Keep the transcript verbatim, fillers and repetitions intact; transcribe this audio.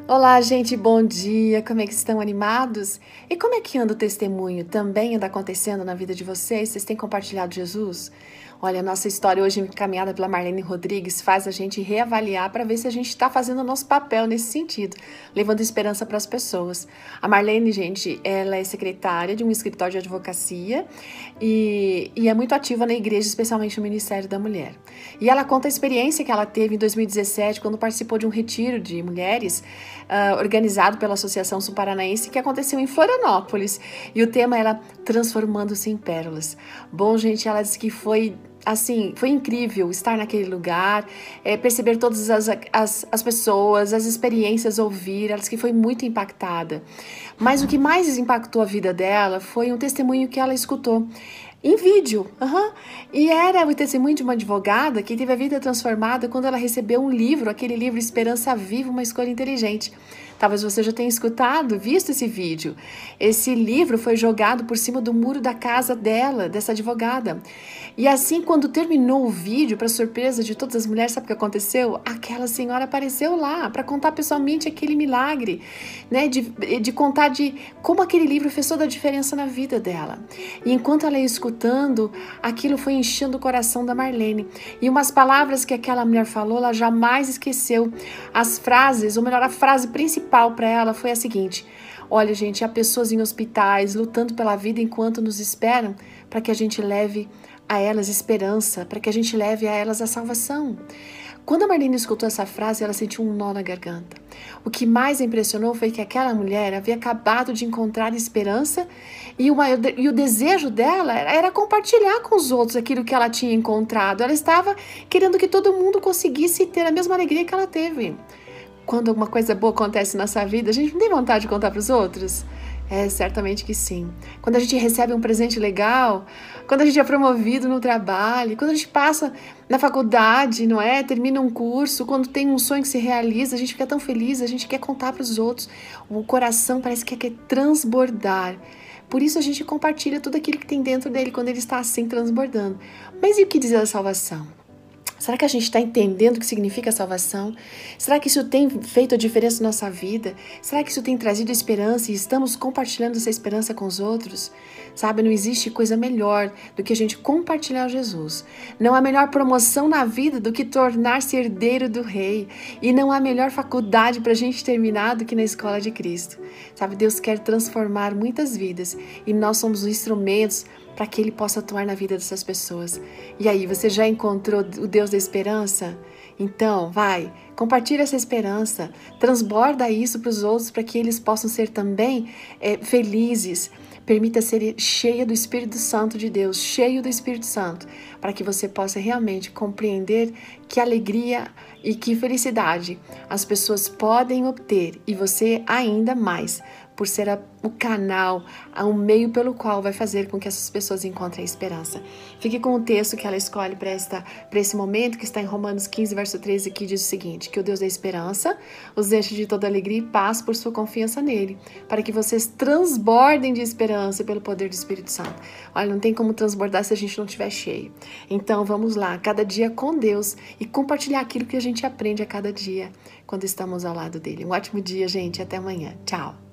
Olá, gente, bom dia! Como é que estão, animados? E como é que anda o testemunho? Também anda acontecendo na vida de vocês? Vocês têm compartilhado Jesus? Olha, a nossa história hoje, encaminhada pela Marlene Rodrigues, faz a gente reavaliar para ver se a gente está fazendo o nosso papel nesse sentido, levando esperança para as pessoas. A Marlene, gente, ela é secretária de um escritório de advocacia e, e é muito ativa na igreja, especialmente no Ministério da Mulher. E ela conta a experiência que ela teve em dois mil e dezessete, quando participou de um retiro de mulheres uh, organizado pela Associação Sul Paranaense, que aconteceu em Florianópolis. E o tema era Transformando-se em Pérolas. Bom, gente, ela disse que foi assim, foi incrível estar naquele lugar, é, perceber todas as, as, as pessoas, as experiências, ouvir, ela disse que foi muito impactada. Mas o que mais impactou a vida dela foi um testemunho que ela escutou em vídeo. Uhum. E era o testemunho de uma advogada que teve a vida transformada quando ela recebeu um livro, aquele livro Esperança Viva, uma Escolha Inteligente. Talvez você já tenha escutado, visto esse vídeo. Esse livro foi jogado por cima do muro da casa dela, dessa advogada. E assim, quando terminou o vídeo, para surpresa de todas as mulheres, sabe o que aconteceu? Aquela senhora apareceu lá para contar pessoalmente aquele milagre, né? De, de contar de como aquele livro fez toda a diferença na vida dela. E enquanto ela ia escutando, aquilo foi enchendo o coração da Marlene. E umas palavras que aquela mulher falou, ela jamais esqueceu. As frases, ou melhor, a frase principal para ela foi a seguinte: olha, gente, há pessoas em hospitais lutando pela vida enquanto nos esperam para que a gente leve a elas esperança, para que a gente leve a elas a salvação. Quando a Marlene escutou essa frase, ela sentiu um nó na garganta. O que mais a impressionou foi que aquela mulher havia acabado de encontrar esperança e, uma, e o desejo dela era, era compartilhar com os outros aquilo que ela tinha encontrado. Ela estava querendo que todo mundo conseguisse ter a mesma alegria que ela teve. Quando alguma coisa boa acontece na nossa vida, a gente não tem vontade de contar para os outros? É, certamente que sim. Quando a gente recebe um presente legal, quando a gente é promovido no trabalho, quando a gente passa na faculdade, não é? Termina um curso, quando tem um sonho que se realiza, a gente fica tão feliz, a gente quer contar para os outros. O coração parece que quer transbordar. Por isso a gente compartilha tudo aquilo que tem dentro dele quando ele está assim transbordando. Mas e o que dizer da salvação? Será que a gente está entendendo o que significa salvação? Será que isso tem feito a diferença na nossa vida? Será que isso tem trazido esperança e estamos compartilhando essa esperança com os outros? Sabe, não existe coisa melhor do que a gente compartilhar Jesus. Não há melhor promoção na vida do que tornar-se herdeiro do Rei. E não há melhor faculdade para a gente terminar do que na escola de Cristo. Sabe, Deus quer transformar muitas vidas e nós somos os instrumentos para que Ele possa atuar na vida dessas pessoas. E aí, você já encontrou o Deus da esperança? Então, vai, compartilha essa esperança, transborda isso para os outros, para que eles possam ser também é, felizes. Permita ser cheia do Espírito Santo de Deus, cheio do Espírito Santo, para que você possa realmente compreender que alegria e que felicidade as pessoas podem obter, e você ainda mais, por ser a, o canal, o meio pelo qual vai fazer com que essas pessoas encontrem esperança. Fique com o texto que ela escolhe para esse momento, que está em Romanos quinze, verso treze, que diz o seguinte: que o Deus da esperança os enche de toda alegria e paz por sua confiança nele, para que vocês transbordem de esperança pelo poder do Espírito Santo. Olha, não tem como transbordar se a gente não estiver cheio. Então vamos lá, cada dia com Deus, e compartilhar aquilo que a gente aprende a cada dia quando estamos ao lado dele. Um ótimo dia, gente, até amanhã. Tchau!